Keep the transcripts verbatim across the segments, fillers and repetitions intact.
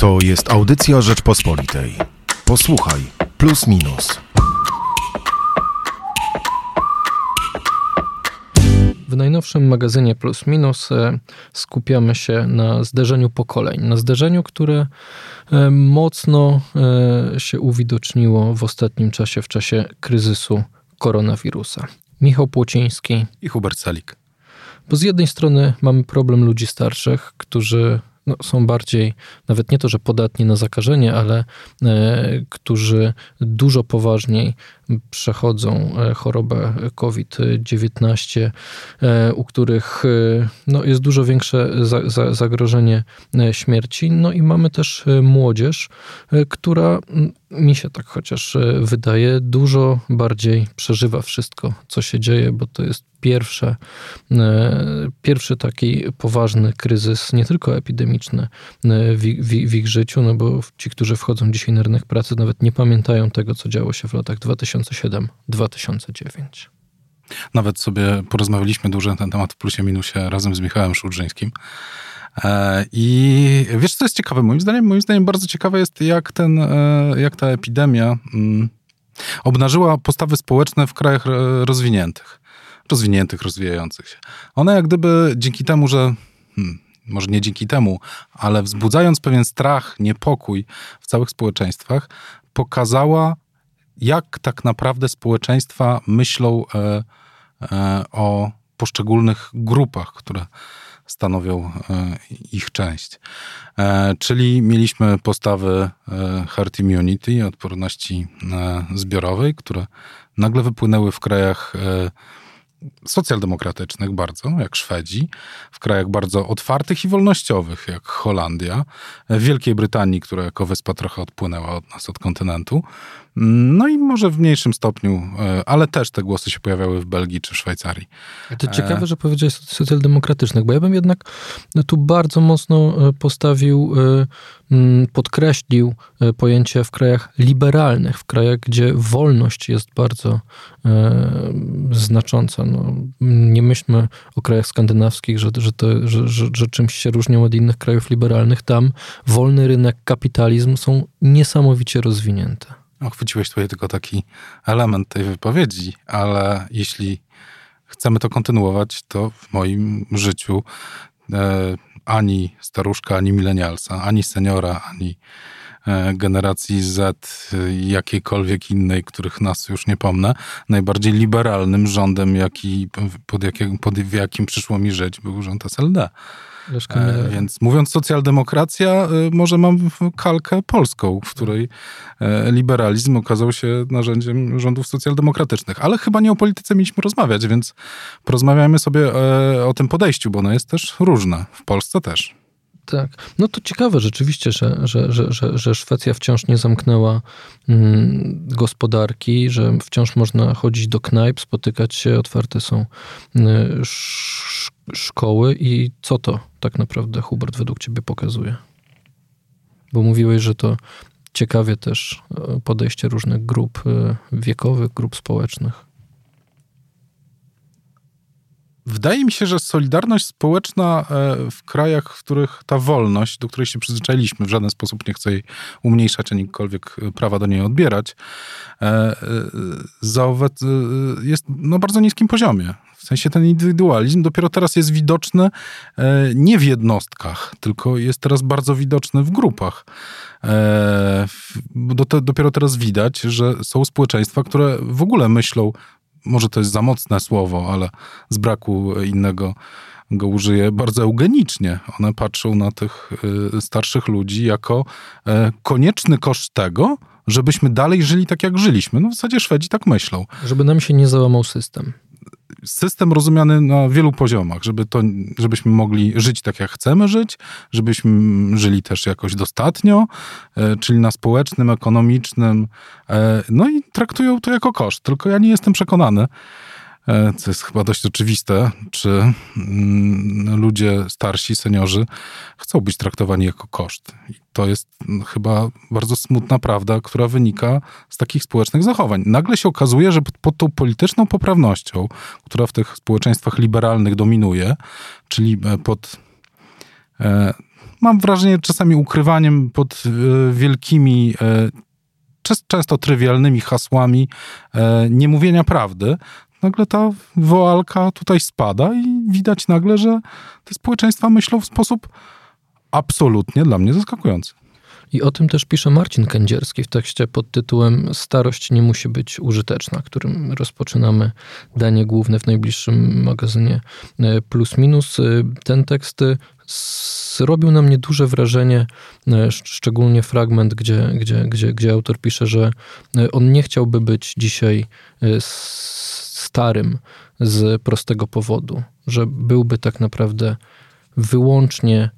To jest audycja Rzeczpospolitej. Posłuchaj, plus minus. W najnowszym magazynie Plus Minus skupiamy się na zderzeniu pokoleń. Na zderzeniu, które mocno się uwidoczniło w ostatnim czasie, w czasie kryzysu koronawirusa. Michał Płociński i Hubert Salik. Bo z jednej strony mamy problem ludzi starszych, którzy no, są bardziej, nawet nie to, że podatni na zakażenie, ale e, którzy dużo poważniej przechodzą chorobę kowid dziewiętnaście, e, u których e, no, jest dużo większe za, za, zagrożenie śmierci. No i mamy też młodzież, e, która mi się tak chociaż wydaje, dużo bardziej przeżywa wszystko, co się dzieje, bo to jest pierwsze, pierwszy taki poważny kryzys, nie tylko epidemiczny w, w, w ich życiu, no bo ci, którzy wchodzą dzisiaj na rynek pracy, nawet nie pamiętają tego, co działo się w latach dwa tysiące siódmy do dwa tysiące dziewiątego. Nawet sobie porozmawialiśmy dużo na ten temat w Plusie Minusie razem z Michałem Szudrzyńskim. I wiesz, co jest ciekawe? Moim zdaniem, moim zdaniem bardzo ciekawe jest, jak, ten, jak ta epidemia obnażyła postawy społeczne w krajach rozwiniętych. Rozwiniętych, rozwijających się. One jak gdyby dzięki temu, że hmm, może nie dzięki temu, ale wzbudzając pewien strach, niepokój w całych społeczeństwach, pokazała, jak tak naprawdę społeczeństwa myślą e, e, o poszczególnych grupach, które stanowią e, ich część. E, czyli mieliśmy postawy e, herd immunity, odporności e, zbiorowej, które nagle wypłynęły w krajach e, socjaldemokratycznych bardzo, jak Szwedzi, w krajach bardzo otwartych i wolnościowych, jak Holandia, w Wielkiej Brytanii, która jako wyspa trochę odpłynęła od nas, od kontynentu. No i może w mniejszym stopniu, ale też te głosy się pojawiały w Belgii czy Szwajcarii. To ciekawe, że powiedziałeś socjaldemokratycznych, bo ja bym jednak tu bardzo mocno postawił, podkreślił pojęcie w krajach liberalnych, w krajach, gdzie wolność jest bardzo znacząca. No, nie myślmy o krajach skandynawskich, że, że, to, że, że, że czymś się różnią od innych krajów liberalnych. Tam wolny rynek, kapitalizm są niesamowicie rozwinięte. No, chwyciłeś tutaj tylko taki element tej wypowiedzi, ale jeśli chcemy to kontynuować, to w moim życiu e, ani staruszka, ani milenialsa, ani seniora, ani e, generacji Z, jakiejkolwiek innej, których nas już nie pomnę, najbardziej liberalnym rządem, jaki, pod, jakim, pod jakim przyszło mi żyć, był rząd S L D. E, więc mówiąc socjaldemokracja, e, może mam kalkę polską, w której e, liberalizm okazał się narzędziem rządów socjaldemokratycznych. Ale chyba nie o polityce mieliśmy rozmawiać, więc porozmawiajmy sobie e, o tym podejściu, bo ono jest też różne. W Polsce też. Tak. No to ciekawe rzeczywiście, że, że, że, że, że Szwecja wciąż nie zamknęła mm, gospodarki, że wciąż można chodzić do knajp, spotykać się, otwarte są y, sz, szkoły i co to tak naprawdę, Hubert, według ciebie pokazuje? Bo mówiłeś, że to ciekawie też podejście różnych grup y, wiekowych, grup społecznych. Wydaje mi się, że solidarność społeczna w krajach, w których ta wolność, do której się przyzwyczailiśmy, w żaden sposób nie chcę jej umniejszać, ani jakkolwiek prawa do niej odbierać, jest na bardzo niskim poziomie. W sensie ten indywidualizm dopiero teraz jest widoczny nie w jednostkach, tylko jest teraz bardzo widoczny w grupach. Dopiero teraz widać, że są społeczeństwa, które w ogóle myślą, może to jest za mocne słowo, ale z braku innego go użyję, bardzo eugenicznie. One patrzą na tych starszych ludzi jako konieczny koszt tego, żebyśmy dalej żyli tak, jak żyliśmy. No w zasadzie Szwedzi tak myślą. Żeby nam się nie załamał system. System rozumiany na wielu poziomach, żeby to, żebyśmy mogli żyć tak, jak chcemy żyć, żebyśmy żyli też jakoś dostatnio, czyli na społecznym, ekonomicznym, no i traktują to jako koszt. Tylko ja nie jestem przekonany, co jest chyba dość oczywiste, czy ludzie starsi, seniorzy chcą być traktowani jako koszt. I to jest chyba bardzo smutna prawda, która wynika z takich społecznych zachowań. Nagle się okazuje, że pod, pod tą polityczną poprawnością, która w tych społeczeństwach liberalnych dominuje, czyli pod mam wrażenie, czasami ukrywaniem pod wielkimi, często trywialnymi hasłami niemówienia prawdy, nagle ta woalka tutaj spada i widać nagle, że te społeczeństwa myślą w sposób absolutnie dla mnie zaskakujący. I o tym też pisze Marcin Kędzierski w tekście pod tytułem Starość nie musi być użyteczna, którym rozpoczynamy danie główne w najbliższym magazynie Plus Minus. Ten tekst zrobił na mnie duże wrażenie, szczególnie fragment, gdzie, gdzie, gdzie, gdzie autor pisze, że on nie chciałby być dzisiaj starym z prostego powodu, że byłby tak naprawdę wyłącznie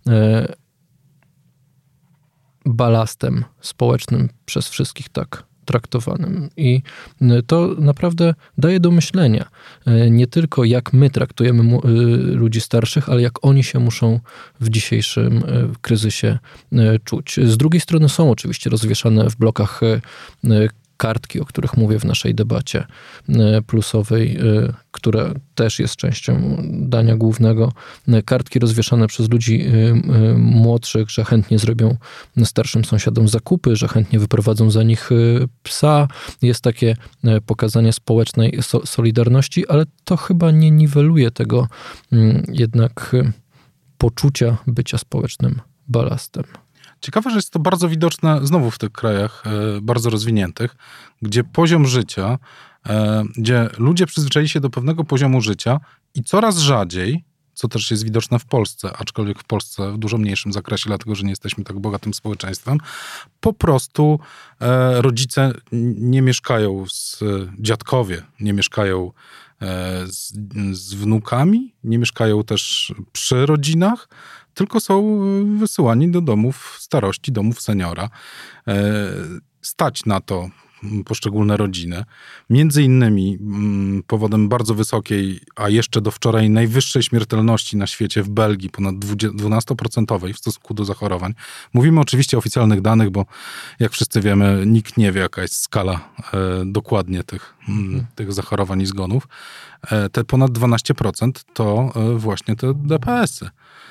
balastem społecznym przez wszystkich tak traktowanym. I to naprawdę daje do myślenia. Nie tylko jak my traktujemy ludzi starszych, ale jak oni się muszą w dzisiejszym kryzysie czuć. Z drugiej strony są oczywiście rozwieszane w blokach kartki, o których mówię w naszej debacie plusowej, która też jest częścią dania głównego. Kartki rozwieszane przez ludzi młodszych, że chętnie zrobią starszym sąsiadom zakupy, że chętnie wyprowadzą za nich psa. Jest takie pokazanie społecznej solidarności, ale to chyba nie niweluje tego jednak poczucia bycia społecznym balastem. Ciekawe, że jest to bardzo widoczne znowu w tych krajach e, bardzo rozwiniętych, gdzie poziom życia, e, gdzie ludzie przyzwyczaili się do pewnego poziomu życia i coraz rzadziej, co też jest widoczne w Polsce, aczkolwiek w Polsce w dużo mniejszym zakresie, dlatego że nie jesteśmy tak bogatym społeczeństwem, po prostu e, rodzice nie mieszkają z dziadkowie, nie mieszkają e, z, z wnukami, nie mieszkają też przy rodzinach, tylko są wysyłani do domów starości, domów seniora. Stać na to poszczególne rodziny. Między innymi powodem bardzo wysokiej, a jeszcze do wczoraj najwyższej śmiertelności na świecie w Belgii, ponad dwunastoprocentowej w stosunku do zachorowań. Mówimy oczywiście o oficjalnych danych, bo jak wszyscy wiemy, nikt nie wie, jaka jest skala e, dokładnie tych, m, tych zachorowań i zgonów. E, te ponad dwanaście procent to e, właśnie te D P S-y.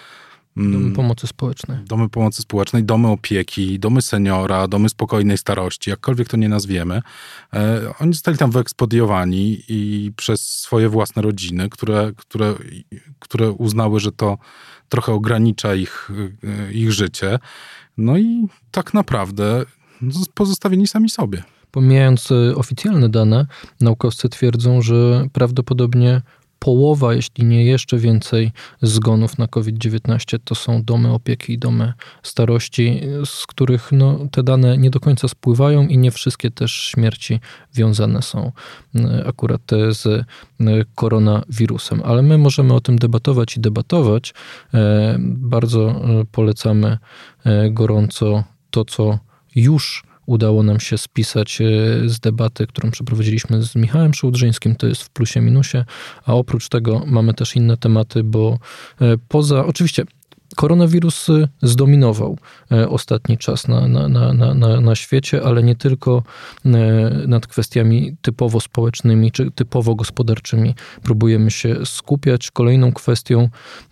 Domy pomocy społecznej. Domy pomocy społecznej, domy opieki, domy seniora, domy spokojnej starości, jakkolwiek to nie nazwiemy. E, oni zostali tam wyekspodiowani i przez swoje własne rodziny, które, które, które uznały, że to trochę ogranicza ich, ich życie. No i tak naprawdę pozostawieni sami sobie. Pomijając oficjalne dane, naukowcy twierdzą, że prawdopodobnie połowa, jeśli nie jeszcze więcej zgonów na kowid dziewiętnaście to są domy opieki i domy starości, z których no, te dane nie do końca spływają i nie wszystkie też śmierci wiązane są akurat te z koronawirusem. Ale my możemy o tym debatować i debatować. Bardzo polecamy gorąco to, co już udało nam się spisać z debaty, którą przeprowadziliśmy z Michałem Szołdrzyńskim, to jest w Plusie Minusie, a oprócz tego mamy też inne tematy, bo poza, oczywiście koronawirus zdominował ostatni czas na, na, na, na, na świecie, ale nie tylko nad kwestiami typowo społecznymi czy typowo gospodarczymi próbujemy się skupiać. Kolejną kwestią,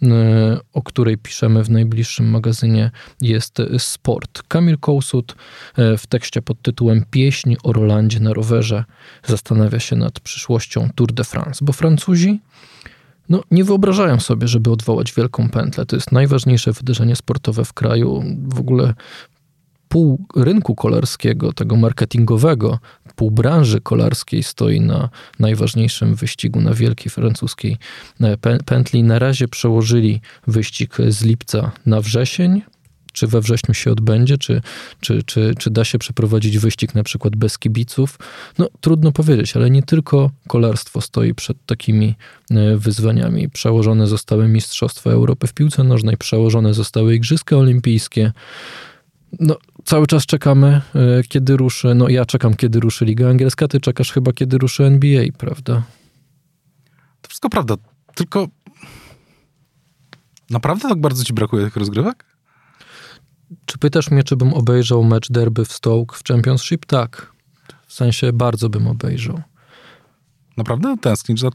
o której piszemy w najbliższym magazynie, jest sport. Kamil Kołsut w tekście pod tytułem Pieśń o Rolandzie na rowerze zastanawia się nad przyszłością Tour de France, bo Francuzi No, nie wyobrażają sobie, żeby odwołać Wielką Pętlę. To jest najważniejsze wydarzenie sportowe w kraju. W ogóle pół rynku kolarskiego, tego marketingowego, pół branży kolarskiej stoi na najważniejszym wyścigu, na wielkiej francuskiej pętli. Na razie przełożyli wyścig z lipca na wrzesień. Czy we wrześniu się odbędzie, czy, czy, czy, czy da się przeprowadzić wyścig na przykład bez kibiców? No trudno powiedzieć, ale nie tylko kolarstwo stoi przed takimi wyzwaniami. Przełożone zostały Mistrzostwa Europy w piłce nożnej, przełożone zostały Igrzyska Olimpijskie. No, cały czas czekamy, kiedy ruszy, no ja czekam, kiedy ruszy Liga Angielska, ty czekasz chyba, kiedy ruszy N B A, prawda? To wszystko prawda, tylko naprawdę tak bardzo ci brakuje tych rozgrywek? Czy pytasz mnie, czy bym obejrzał mecz derby w Stoke w Championship? Tak. W sensie bardzo bym obejrzał. Naprawdę? Tęsknisz za tym?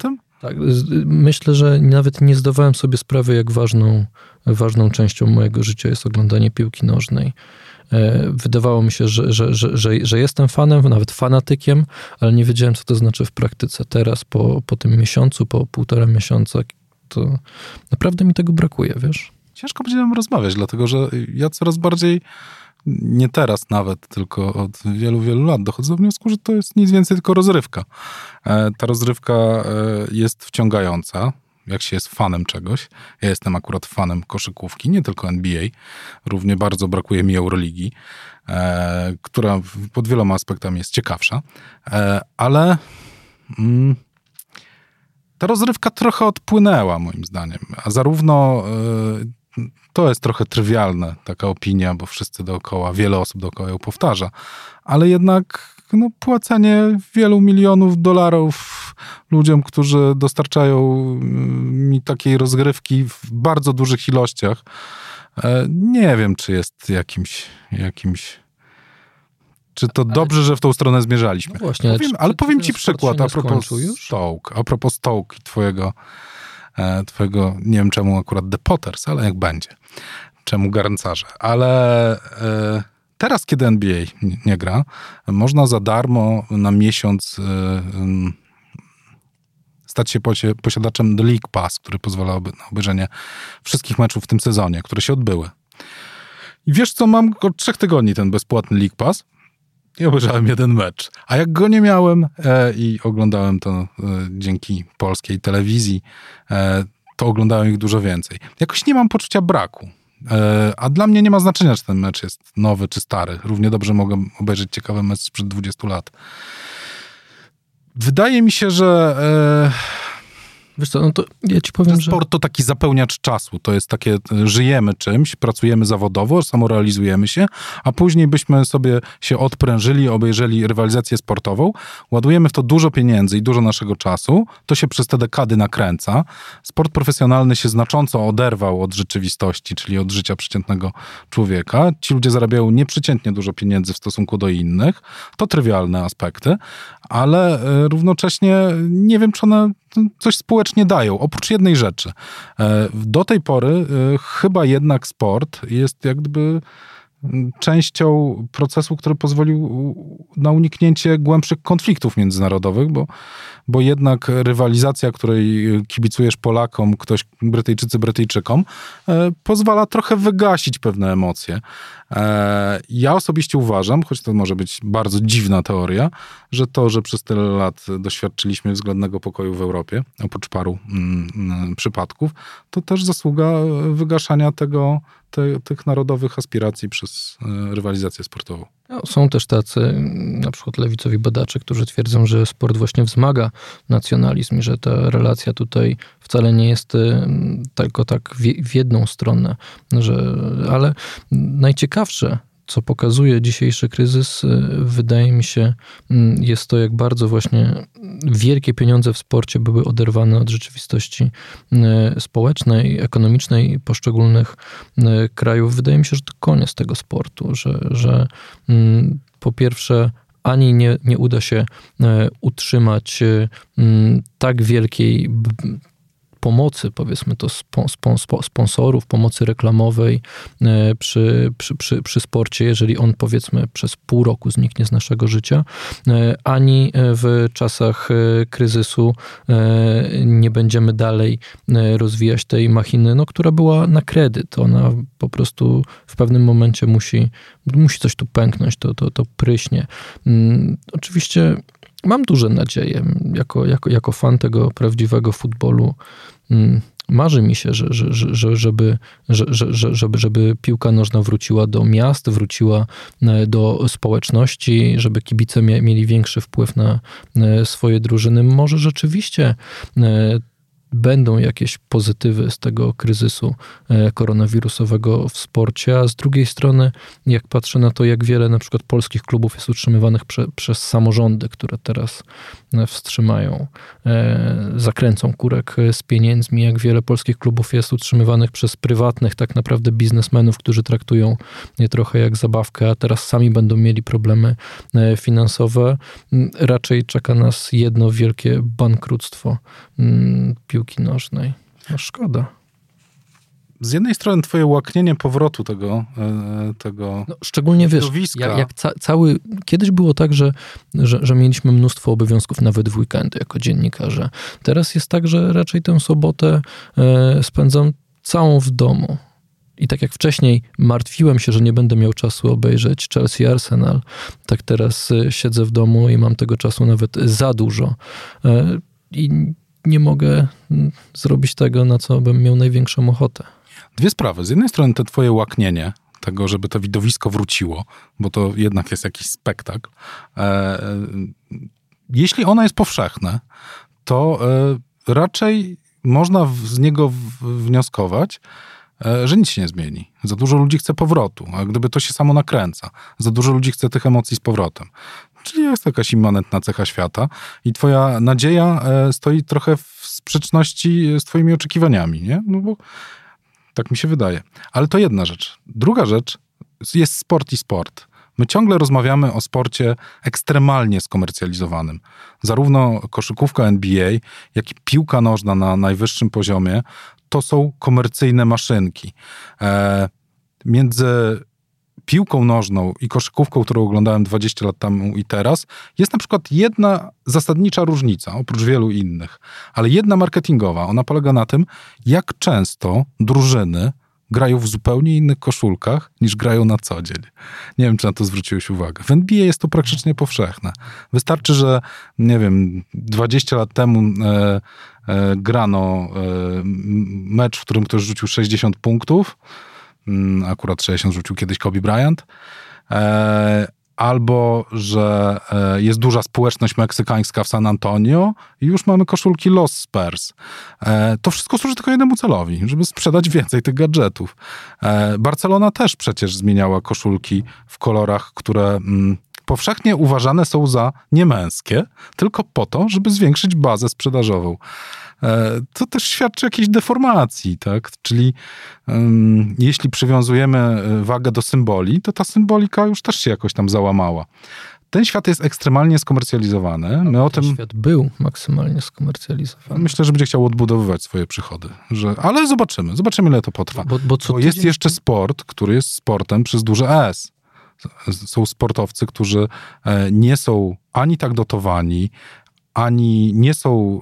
Tak, myślę, że nawet nie zdawałem sobie sprawy, jak ważną, ważną częścią mojego życia jest oglądanie piłki nożnej. Wydawało mi się, że, że, że, że, że jestem fanem, nawet fanatykiem, ale nie wiedziałem, co to znaczy w praktyce. Teraz, po, po tym miesiącu, po półtora miesiąca, to naprawdę mi tego brakuje, wiesz? Ciężko będzie nam rozmawiać, dlatego że ja coraz bardziej, nie teraz nawet, tylko od wielu, wielu lat dochodzę do wniosku, że to jest nic więcej tylko rozrywka. Ta rozrywka jest wciągająca, jak się jest fanem czegoś. Ja jestem akurat fanem koszykówki, nie tylko N B A. Równie bardzo brakuje mi Euroligi, e, która pod wieloma aspektami jest ciekawsza. E, ale mm, ta rozrywka trochę odpłynęła, moim zdaniem. A zarówno e, to jest trochę trywialne, taka opinia, bo wszyscy dookoła, wiele osób dookoła ją powtarza, ale jednak no, płacenie wielu milionów dolarów ludziom, którzy dostarczają mi takiej rozgrywki w bardzo dużych ilościach, nie wiem, czy jest jakimś, jakimś czy to ale, dobrze, że w tą stronę zmierzaliśmy. No właśnie, powiem, czy, ale czy powiem ci przykład a propos już? Stoke, a propos Stoke i twojego, twojego, nie wiem czemu akurat The Potters, ale jak będzie. Czemu garncarze. Ale e, teraz, kiedy N B A nie, nie gra, można za darmo na miesiąc e, stać się posiadaczem The League Pass, który pozwalałby na obejrzenie wszystkich meczów w tym sezonie, które się odbyły. I wiesz co, mam od trzech tygodni ten bezpłatny League Pass i obejrzałem jeden mecz. A jak go nie miałem e, i oglądałem to e, dzięki polskiej telewizji, e, to oglądałem ich dużo więcej. Jakoś nie mam poczucia braku. E, a dla mnie nie ma znaczenia, czy ten mecz jest nowy, czy stary. Równie dobrze mogę obejrzeć ciekawy mecz sprzed dwudziestu lat. Wydaje mi się, że e, wiesz co, no to ja ci powiem, że sport to taki zapełniacz czasu. To jest takie, żyjemy czymś, pracujemy zawodowo, samorealizujemy się, a później byśmy sobie się odprężyli, obejrzeli rywalizację sportową, ładujemy w to dużo pieniędzy i dużo naszego czasu, to się przez te dekady nakręca. Sport profesjonalny się znacząco oderwał od rzeczywistości, czyli od życia przeciętnego człowieka. Ci ludzie zarabiają nieprzeciętnie dużo pieniędzy w stosunku do innych. To trywialne aspekty, ale równocześnie nie wiem, czy one coś społecznie dają, oprócz jednej rzeczy. Do tej pory chyba jednak sport jest jak gdyby częścią procesu, który pozwolił na uniknięcie głębszych konfliktów międzynarodowych, bo, bo jednak rywalizacja, której kibicujesz Polakom, ktoś Brytyjczycy Brytyjczykom, e, pozwala trochę wygasić pewne emocje. E, ja osobiście uważam, choć to może być bardzo dziwna teoria, że to, że przez tyle lat doświadczyliśmy względnego pokoju w Europie, oprócz paru mm, przypadków, to też zasługa wygaszania tego Te, tych narodowych aspiracji przez e, rywalizację sportową. No, są też tacy, na przykład lewicowi badacze, którzy twierdzą, że sport właśnie wzmaga nacjonalizm i że ta relacja tutaj wcale nie jest y, tylko tak w, w jedną stronę. Że, ale najciekawsze, co pokazuje dzisiejszy kryzys, wydaje mi się, jest to, jak bardzo właśnie wielkie pieniądze w sporcie były oderwane od rzeczywistości społecznej, ekonomicznej poszczególnych krajów. Wydaje mi się, że to koniec tego sportu, że, że po pierwsze ani nie, nie uda się utrzymać tak wielkiej pomocy, powiedzmy to sponsorów, pomocy reklamowej przy, przy, przy, przy sporcie, jeżeli on powiedzmy przez pół roku zniknie z naszego życia, ani w czasach kryzysu nie będziemy dalej rozwijać tej machiny, no, która była na kredyt. Ona po prostu w pewnym momencie musi, musi coś tu pęknąć, to, to, to pryśnie. Oczywiście mam duże nadzieje, jako, jako, jako fan tego prawdziwego futbolu. Marzy mi się, że, że, że, żeby, że, że, żeby, żeby piłka nożna wróciła do miast, wróciła do społeczności, żeby kibice mieli większy wpływ na swoje drużyny. Może rzeczywiście będą jakieś pozytywy z tego kryzysu koronawirusowego w sporcie, a z drugiej strony, jak patrzę na to, jak wiele na przykład polskich klubów jest utrzymywanych prze, przez samorządy, które teraz wstrzymają, zakręcą kurek z pieniędzmi, jak wiele polskich klubów jest utrzymywanych przez prywatnych tak naprawdę biznesmenów, którzy traktują je trochę jak zabawkę, a teraz sami będą mieli problemy finansowe. Raczej czeka nas jedno wielkie bankructwo piłki nożnej. No szkoda. Z jednej strony twoje łaknienie powrotu tego, tego no, szczególnie wiesz, jak, jak ca, cały, kiedyś było tak, że, że, że mieliśmy mnóstwo obowiązków nawet w weekendy jako dziennikarze. Teraz jest tak, że raczej tę sobotę e, spędzam całą w domu. I tak jak wcześniej martwiłem się, że nie będę miał czasu obejrzeć Chelsea Arsenal, tak teraz siedzę w domu i mam tego czasu nawet za dużo. E, I nie mogę zrobić tego, na co bym miał największą ochotę. Dwie sprawy. Z jednej strony to twoje łaknienie tego, żeby to widowisko wróciło, bo to jednak jest jakiś spektakl. E, jeśli ono jest powszechne, to e, raczej można w, z niego w, wnioskować, e, że nic się nie zmieni. Za dużo ludzi chce powrotu, a gdyby to się samo nakręca, za dużo ludzi chce tych emocji z powrotem. Czyli jest jakaś immanentna cecha świata i twoja nadzieja e, stoi trochę w sprzeczności z twoimi oczekiwaniami, nie? No bo tak mi się wydaje. Ale to jedna rzecz. Druga rzecz jest sport i sport. My ciągle rozmawiamy o sporcie ekstremalnie skomercjalizowanym. Zarówno koszykówka N B A, jak i piłka nożna na najwyższym poziomie to są komercyjne maszynki. E, między piłką nożną i koszykówką, którą oglądałem dwadzieścia lat temu i teraz, jest na przykład jedna zasadnicza różnica, oprócz wielu innych, ale jedna marketingowa. Ona polega na tym, jak często drużyny grają w zupełnie innych koszulkach, niż grają na co dzień. Nie wiem, czy na to zwróciłeś uwagę. W N B A jest to praktycznie powszechne. Wystarczy, że, nie wiem, dwadzieścia lat temu e, e, grano e, mecz, w którym ktoś rzucił sześćdziesiąt punktów, akurat sześćdziesiąt rzucił kiedyś Kobe Bryant, e, albo że e, jest duża społeczność meksykańska w San Antonio i już mamy koszulki Los Spurs. E, to wszystko służy tylko jednemu celowi, żeby sprzedać więcej tych gadżetów. E, Barcelona też przecież zmieniała koszulki w kolorach, które mm, powszechnie uważane są za niemęskie, tylko po to, żeby zwiększyć bazę sprzedażową. To też świadczy o jakiejś deformacji, tak? Czyli um, jeśli przywiązujemy wagę do symboli, to ta symbolika już też się jakoś tam załamała. Ten świat jest ekstremalnie skomercjalizowany. My no, o ten tym... świat był maksymalnie skomercjalizowany. Myślę, że będzie chciał odbudowywać swoje przychody. Że... Ale zobaczymy. Zobaczymy, ile to potrwa. Bo, bo, co bo jest tydzień... jeszcze sport, który jest sportem przez duże S. Są sportowcy, którzy nie są ani tak dotowani, ani nie są...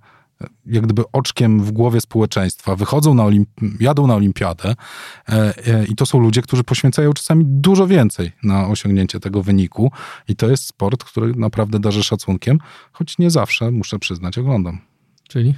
jak gdyby oczkiem w głowie społeczeństwa, wychodzą na olimp- jadą na olimpiadę e, e, i to są ludzie, którzy poświęcają czasami dużo więcej na osiągnięcie tego wyniku i to jest sport, który naprawdę darzę szacunkiem, choć nie zawsze, muszę przyznać, oglądam. Czyli?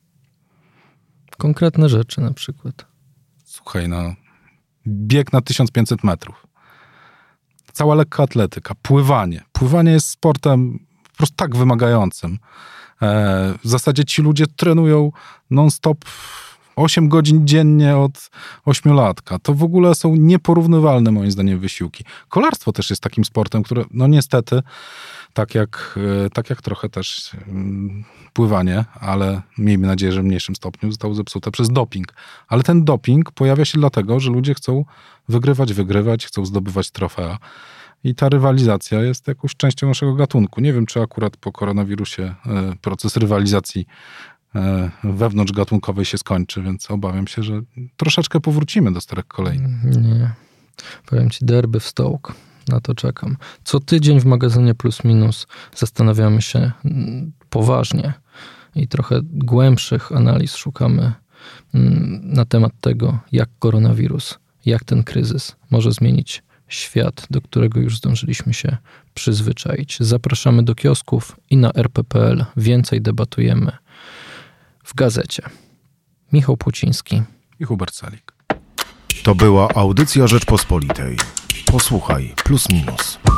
Konkretne rzeczy na przykład. Słuchaj, no, bieg na tysiąc pięćset metrów. Cała lekka atletyka, pływanie. Pływanie jest sportem po prostu tak wymagającym. W zasadzie ci ludzie trenują non-stop osiem godzin dziennie od ośmiolatka. To w ogóle są nieporównywalne moim zdaniem wysiłki. Kolarstwo też jest takim sportem, które no niestety, tak jak, tak jak trochę też pływanie, ale miejmy nadzieję, że w mniejszym stopniu zostało zepsute przez doping. Ale ten doping pojawia się dlatego, że ludzie chcą wygrywać, wygrywać, chcą zdobywać trofea. I ta rywalizacja jest jakąś częścią naszego gatunku. Nie wiem, czy akurat po koronawirusie proces rywalizacji wewnątrzgatunkowej się skończy, więc obawiam się, że troszeczkę powrócimy do starych kolei. Nie. Powiem ci, derby w Stoke. Na to czekam. Co tydzień w magazynie Plus Minus zastanawiamy się poważnie i trochę głębszych analiz szukamy na temat tego, jak koronawirus, jak ten kryzys może zmienić świat, do którego już zdążyliśmy się przyzwyczaić. Zapraszamy do kiosków i na er pe pe el. Więcej debatujemy w gazecie. Michał Płociński i Hubert Salik. To była audycja Rzeczpospolitej. Posłuchaj, plus minus.